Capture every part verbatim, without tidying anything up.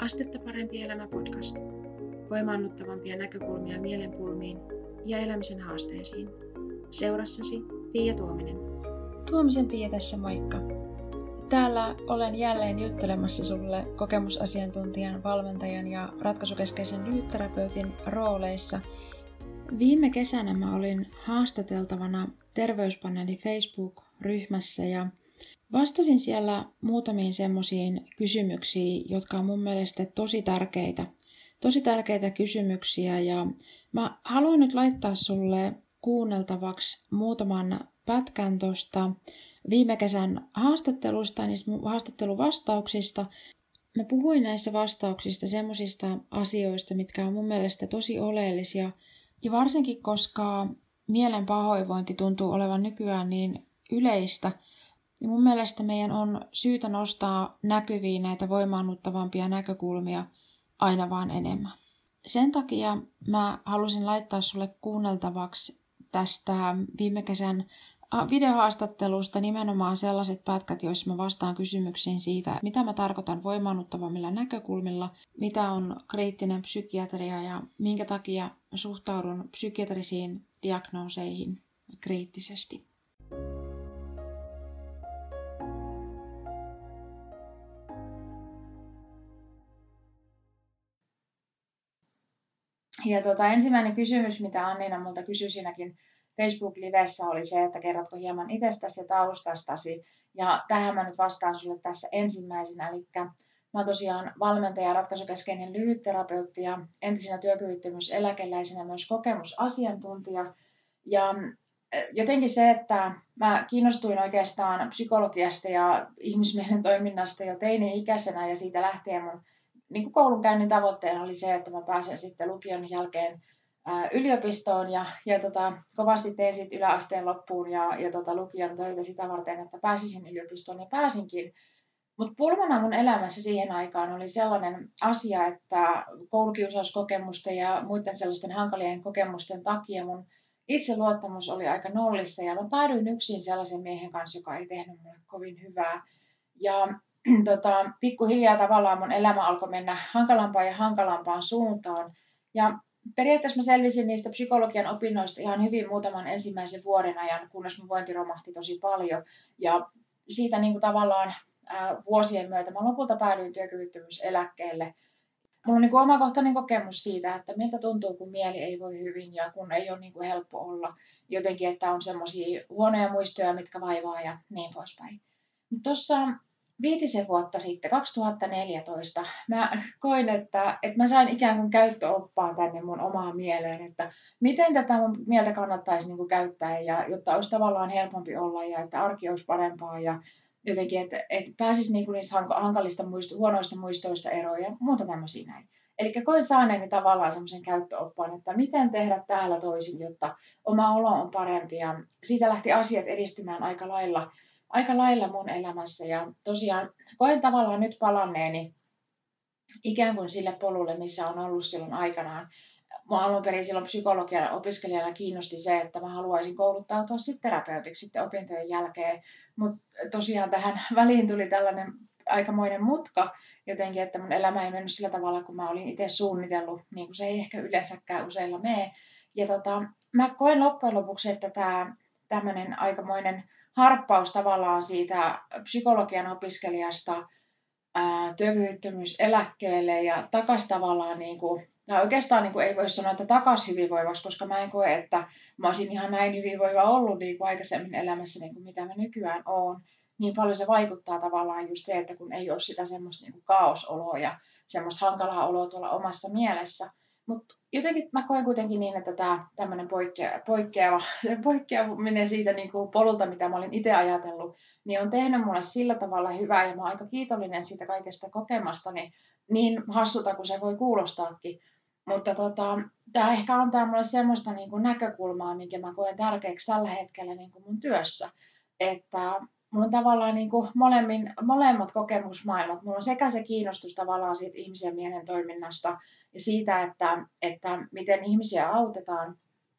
Astetta parempi elämä podcast. Voimaannuttavampia näkökulmia mielenpulmiin ja elämisen haasteisiin. Seurassasi Pia Tuominen. Tuomisen Pia tässä, moikka. Täällä olen jälleen juttelemassa sulle kokemusasiantuntijan, valmentajan ja ratkaisukeskeisen lyhytterapeutin rooleissa. Viime kesänä mä olin haastateltavana Terveyspaneeli Facebook-ryhmässä ja vastasin siellä muutamiin semmoisiin kysymyksiin, jotka on mun mielestä tosi tärkeitä. Tosi tärkeitä kysymyksiä ja mä haluan nyt laittaa sulle kuunneltavaksi muutaman pätkän tuosta viime kesän haastattelusta, niistä haastatteluvastauksista. Mä puhuin näissä vastauksista semmoisista asioista, mitkä on mun mielestä tosi oleellisia. Ja varsinkin, koska mielen pahoinvointi tuntuu olevan nykyään niin yleistä, niin mun mielestä meidän on syytä nostaa näkyviin näitä voimaannuttavampia näkökulmia aina vaan enemmän. Sen takia mä halusin laittaa sulle kuunneltavaksi tästä viime kesän videohaastattelusta nimenomaan sellaiset pätkät, joissa mä vastaan kysymyksiin siitä, mitä mä tarkoitan voimaannuttavammilla näkökulmilla, mitä on kriittinen psykiatria ja minkä takia suhtaudun psykiatrisiin diagnooseihin kriittisesti. Ja tota, ensimmäinen kysymys, mitä Anniina multa kysyi siinäkin Facebook-livessä, oli se, että kerrotko hieman itsestäsi ja taustastasi. Ja tähän mä nyt vastaan sulle tässä ensimmäisenä. Eli mä oon tosiaan valmentaja ja ratkaisukeskeinen lyhytterapeutti ja entisenä työkyvyttömyyseläkeläisenä myös kokemusasiantuntija. Ja jotenkin se, että mä kiinnostuin oikeastaan psykologiasta ja ihmismielen toiminnasta jo teini-ikäisenä ja siitä lähtien mun niin kuin koulunkäynnin tavoitteena oli se, että mä pääsen sitten lukion jälkeen ää, yliopistoon ja, ja tota, kovasti tein sitten yläasteen loppuun ja, ja tota, lukion töitä sitä varten, että pääsisin yliopistoon ja pääsinkin. Mutta pulmana mun elämässä siihen aikaan oli sellainen asia, että koulukiusauskokemusten ja muiden sellaisten hankalien kokemusten takia mun itseluottamus oli aika nollissa ja mä päädyin yksin sellaisen miehen kanssa, joka ei tehnyt mulle kovin hyvää. Ja Tota, pikkuhiljaa tavallaan mun elämä alkoi mennä hankalampaan ja hankalampaan suuntaan. Ja periaatteessa mä selvisin niistä psykologian opinnoista ihan hyvin muutaman ensimmäisen vuoden ajan, kunnes mun vointi romahti tosi paljon. Ja siitä niin kuin tavallaan ää, vuosien myötä mä lopulta päädyin työkyvyttömyyseläkkeelle. Mulla on niin kuin omakohtainen kokemus siitä, että miltä tuntuu, kun mieli ei voi hyvin ja kun ei ole niin kuin helppo olla. Jotenkin, että on semmoisia huonoja muistoja, mitkä vaivaa ja niin poispäin. Tuossa viitisen vuotta sitten, kaksituhattaneljätoista, mä koin, että, että mä sain ikään kuin käyttöoppaan tänne mun omaan mieleen, että miten tätä mun mieltä kannattaisi niin kuin käyttää, ja, jotta olisi tavallaan helpompi olla ja että arki olisi parempaa ja jotenkin, että, että pääsisi niin kuin niistä hankalista muisto, huonoista muistoista eroon ja muuta tämmöisiä näin. Eli koin saaneeni tavallaan semmoisen käyttöoppaan, että miten tehdä täällä toisin, jotta oma olo on parempi ja siitä lähti asiat edistymään aika lailla. aika lailla mun elämässä ja tosiaan koen tavallaan nyt palanneeni ikään kuin sille polulle, missä on ollut silloin aikanaan. Mua alun perin silloin psykologian opiskelijana kiinnosti se, että mä haluaisin kouluttautua sitten terapeutiksi sitten opintojen jälkeen, mutta tosiaan tähän väliin tuli tällainen aikamoinen mutka jotenkin, että mun elämä ei mennyt sillä tavalla, kun mä olin itse suunnitellut, niin kuin se ei ehkä yleensäkään useilla mene. Ja tota, mä koen loppujen lopuksi, että tämä tämmöinen aikamoinen harppaus tavallaan siitä psykologian opiskelijasta ää, työkyvyttömyyseläkkeelle ja takas tavallaan, niin kuin, tai oikeastaan niin kuin ei voi sanoa, että takas hyvinvoivaksi, koska mä en koe, että mä olisin ihan näin hyvinvoiva ollut niin kuin aikaisemmin elämässä, niin kuin mitä mä nykyään oon. Niin paljon se vaikuttaa tavallaan just se, että kun ei ole sitä semmoista niin kuin kaosoloa ja semmoista hankalaa oloa tuolla omassa mielessä. Mutta jotenkin mä koen kuitenkin niin, että tämä tämmöinen poikkea, poikkeava, poikkeaminen siitä niin kuin polulta, mitä mä olin itse ajatellut, niin on tehnyt mulle sillä tavalla hyvää ja mä oon aika kiitollinen siitä kaikesta kokemastani, niin hassulta kuin se voi kuulostaakin. Mutta tota, tämä ehkä antaa mulle semmoista niin kuin näkökulmaa, minkä mä koen tärkeäksi tällä hetkellä niin kuin mun työssä, että mulla on tavallaan niin kuin molemmin, molemmat kokemusmaailmat. Mulla on sekä se kiinnostus tavallaan siitä ihmisen mielen toiminnasta ja siitä, että, että miten ihmisiä autetaan.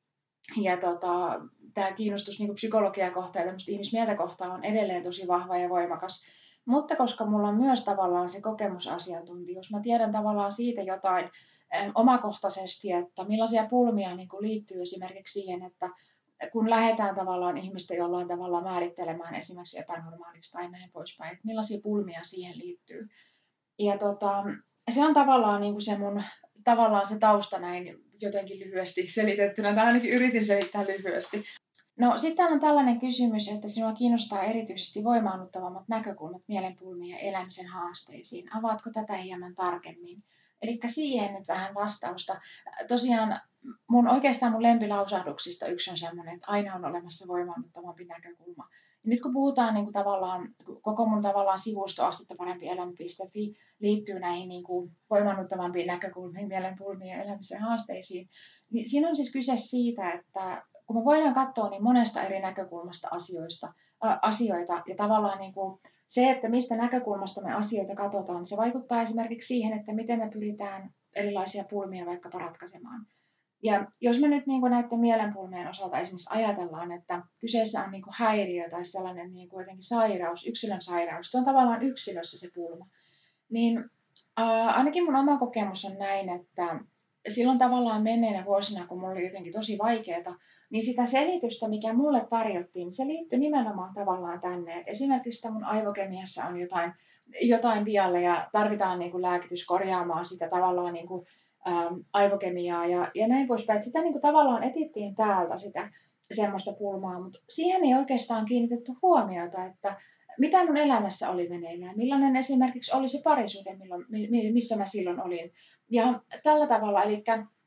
Ja tota, tämä kiinnostus niin kuin psykologiaa kohtaan ja ihmismieltä kohtaan on edelleen tosi vahva ja voimakas. Mutta koska mulla on myös tavallaan se kokemusasiantuntijuus, mä tiedän tavallaan siitä jotain eh, omakohtaisesti, että millaisia pulmia niin kuin liittyy esimerkiksi siihen, että kun lähdetään tavallaan ihmistä jollain tavalla määrittelemään esimerkiksi epänormaaliksi tai näin poispäin, että millaisia pulmia siihen liittyy. Ja tota, se on tavallaan niin kuin se mun tavallaan se tausta näin jotenkin lyhyesti selitettynä, tai ainakin yritin selittää lyhyesti. No sitten on tällainen kysymys, että sinua kiinnostaa erityisesti voimaannuttavammat näkökulmat mielenpulmiin ja elämisen haasteisiin. Avaatko tätä hieman tarkemmin? Eli siihen nyt vähän vastausta. Tosiaan mun, oikeastaan mun lempilausahduksista yksi on sellainen, että aina on olemassa voimaannuttavampi näkökulma. Ja nyt kun puhutaan niin kuin tavallaan, koko mun tavallaan sivusto astetta parempi elämä piste fi liittyy näihin niin kuin voimaannuttavampiin näkökulmiin, mielenpulmiin ja elämisen haasteisiin, niin siinä on siis kyse siitä, että kun me voidaan katsoa niin monesta eri näkökulmasta asioista, ä, asioita ja tavallaan niin kuin se, että mistä näkökulmasta me asioita katsotaan, niin se vaikuttaa esimerkiksi siihen, että miten me pyritään erilaisia pulmia vaikkapa ratkaisemaan. Ja jos me nyt niin kuin näiden mielenpulmien osalta esimerkiksi ajatellaan, että kyseessä on niin kuin häiriö tai sellainen niin kuin jotenkin sairaus, yksilön sairaus, on tavallaan yksilössä se pulma, niin ää, ainakin mun oma kokemus on näin, että silloin tavallaan menneinä vuosina, kun mulla oli jotenkin tosi vaikeaa, niin sitä selitystä, mikä mulle tarjottiin, se liittyi nimenomaan tavallaan tänne. Et esimerkiksi että mun aivokemiassa on jotain, jotain vialle ja tarvitaan niin kuin lääkitys korjaamaan sitä tavallaan niin kuin, äm, aivokemiaa ja, ja näin poispäin. Et sitä niin kuin tavallaan etittiin täältä sitä semmoista pulmaa, mutta siihen ei oikeastaan kiinnitetty huomiota, että mitä mun elämässä oli meneillään, millainen esimerkiksi oli se parisuhde, milloin, missä mä silloin olin. Ja tällä tavalla, eli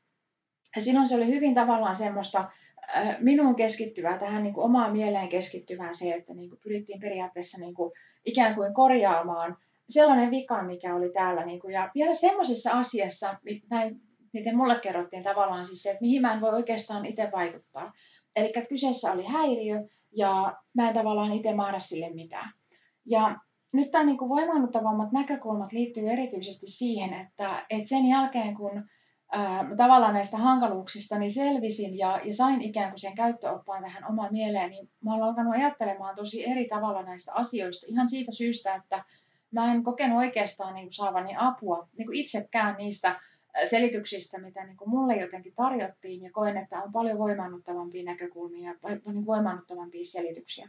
silloin se oli hyvin tavallaan semmoista minuun keskittyvää, tähän niin kuin omaan mieleen keskittyvää se, että niin kuin pyrittiin periaatteessa niin kuin ikään kuin korjaamaan sellainen vika, mikä oli täällä. Niin kuin, ja vielä semmoisessa asiassa, näin, miten mulle kerrottiin tavallaan siis se, että mihin mä en voi oikeastaan itse vaikuttaa. Eli kyseessä oli häiriö ja mä en tavallaan itse mahda sille mitään. Ja nyt tämä niin kuin voimaannuttavammat näkökulmat liittyy erityisesti siihen, että, että sen jälkeen kun ää, tavallaan näistä hankaluuksista niin selvisin ja, ja sain ikään kuin sen käyttöoppaan tähän omaan mieleen, niin mä olen alkanut ajattelemaan tosi eri tavalla näistä asioista ihan siitä syystä, että mä en kokenut oikeastaan niin kuin saavani apua niin kuin itsekään niistä selityksistä, mitä niin kuin mulle jotenkin tarjottiin ja koen, että on paljon voimaannuttavampia näkökulmia ja niin voimaannuttavampia selityksiä.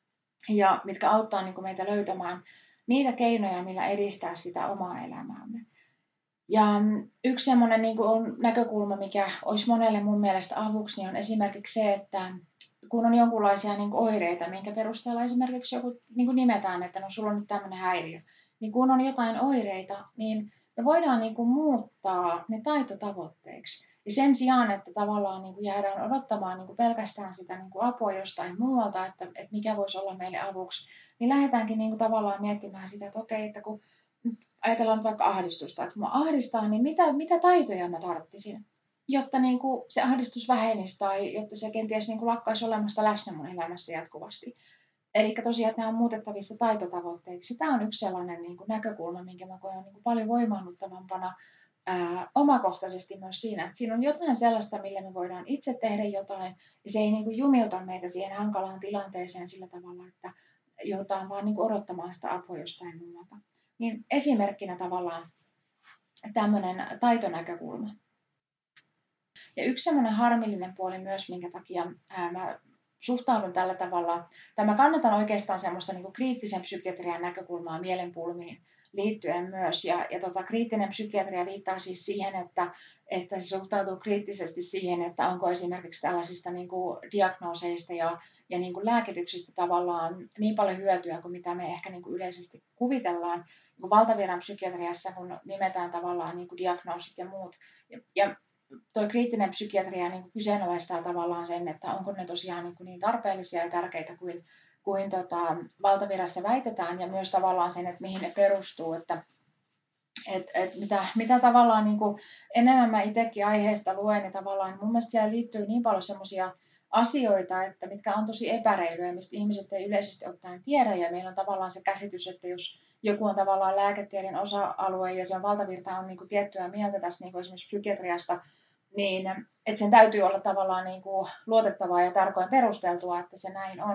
Ja mitkä auttaa niin kuin meitä löytämään niitä keinoja, millä edistää sitä omaa elämäämme. Ja yksi semmoinen niin kuin on näkökulma, mikä olisi monelle mun mielestä avuksi, niin on esimerkiksi se, että kun on jonkinlaisia niin kuin oireita, minkä perusteella esimerkiksi joku niin kuin nimetään, että no sulla on nyt tämmöinen häiriö, niin kun on jotain oireita, niin me voidaan niin kuin muuttaa ne taitotavoitteiksi. Ja sen sijaan, että tavallaan niin kuin jäädään odottamaan niin kuin pelkästään sitä niin kuin apua jostain muualta, että, että mikä voisi olla meille avuksi, niin lähdetäänkin niin kuin tavallaan miettimään sitä, että okei, että kun ajatellaan vaikka ahdistusta, että kun mä ahdistaa, niin mitä, mitä taitoja mä tarvitsisin, jotta niin kuin se ahdistus vähenisi tai jotta se kenties niin kuin lakkaisi olemasta läsnä mun elämässä jatkuvasti. Eli tosiaan, että nämä on muutettavissa taitotavoitteiksi. Tämä on yksi sellainen niin kuin näkökulma, minkä mä koen niin kuin paljon voimaannuttavampana ää, omakohtaisesti myös siinä, että siinä on jotain sellaista, millä me voidaan itse tehdä jotain, ja se ei niin kuin jumiuta meitä siihen hankalaan tilanteeseen sillä tavalla, että joudutaan vaan niin kuin odottamaan sitä apua jostain muualta. Niin esimerkkinä tavallaan tämmöinen taitonäkökulma. Ja yksi semmoinen harmillinen puoli myös, minkä takia ää, mä suhtaudun tällä tavalla, tai mä kannatan oikeastaan semmoista niin kuin kriittisen psykiatrian näkökulmaa mielenpulmiin liittyen myös. Ja, ja tota, kriittinen psykiatria viittaa siis siihen, että, että se suhtautuu kriittisesti siihen, että onko esimerkiksi tällaisista niin kuin diagnooseista ja, ja niin kuin lääkityksistä tavallaan niin paljon hyötyä kuin mitä me ehkä niin kuin yleisesti kuvitellaan. Niin kuin valtavirran psykiatriassa, kun nimetään tavallaan niin kuin diagnoosit ja muut. Ja, ja tuo kriittinen psykiatria niin kuin kyseenalaistaa tavallaan sen, että onko ne tosiaan niin, niin tarpeellisia ja tärkeitä kuin, kuin tota, valtavirrassa väitetään, ja myös tavallaan sen, että mihin ne perustuu, että et, et mitä, mitä tavallaan niin kuin enemmän mä itsekin aiheesta luen, niin tavallaan mun mielestä siellä liittyy niin paljon semmoisia asioita, että mitkä on tosi epäreiluja, mistä ihmiset ei yleisesti ottaen tiedä, ja meillä on tavallaan se käsitys, että jos joku on tavallaan lääketieteen osa-alue ja se on valtavirta on niin kuin tiettyä mieltä tästä niin kuin esimerkiksi psykiatriasta, niin että sen täytyy olla tavallaan niin kuin luotettavaa ja tarkoin perusteltua, että se näin on.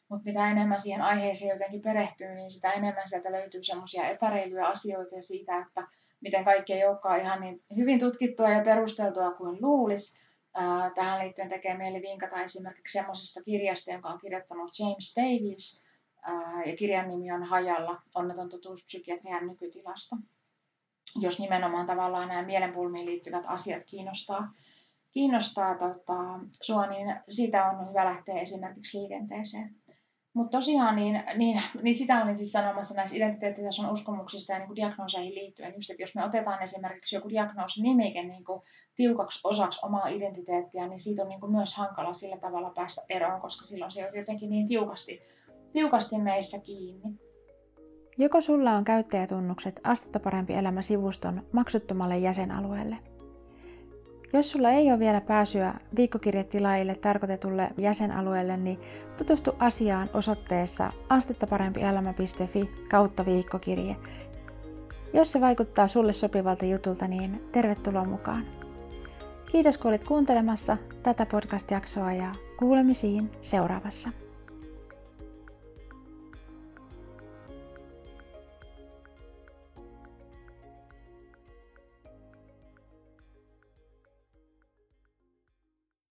Mutta mitä enemmän siihen aiheeseen jotenkin perehtyy, niin sitä enemmän sieltä löytyy semmoisia epäreilyjä asioita ja siitä, että miten kaikki ei olekaan ihan niin hyvin tutkittua ja perusteltua kuin luulisi. Ää, tähän liittyen tekee mieli vinkata esimerkiksi semmoisesta kirjasta, jonka on kirjoittanut James Davies, ää, ja kirjan nimi on Hajalla, onneton totuus psykiatrian nykytilasta. Jos nimenomaan tavallaan nämä mielenpulmiin liittyvät asiat kiinnostaa, kiinnostaa tota, sua, niin siitä on hyvä lähteä esimerkiksi liikenteeseen. Mutta tosiaan, niin, niin, niin sitä olin siis sanomassa näissä identiteettitason uskomuksista ja niin kuin diagnooseihin liittyen, just, että jos me otetaan esimerkiksi joku diagnoosinimike niin kuin tiukaksi osaksi omaa identiteettiä, niin siitä on niin kuin myös hankala sillä tavalla päästä eroon, koska silloin se on jotenkin niin tiukasti, tiukasti meissä kiinni. Joko sulla on käyttäjätunnukset Astetta parempi elämä -sivuston maksuttomalle jäsenalueelle? Jos sulla ei ole vielä pääsyä viikkokirjetilaajille tarkoitetulle jäsenalueelle, niin tutustu asiaan osoitteessa astettaparempielämä piste fi kautta viikkokirje. Jos se vaikuttaa sulle sopivalta jutulta, niin tervetuloa mukaan. Kiitos kun olit kuuntelemassa tätä podcast-jaksoa ja kuulemisiin seuraavassa.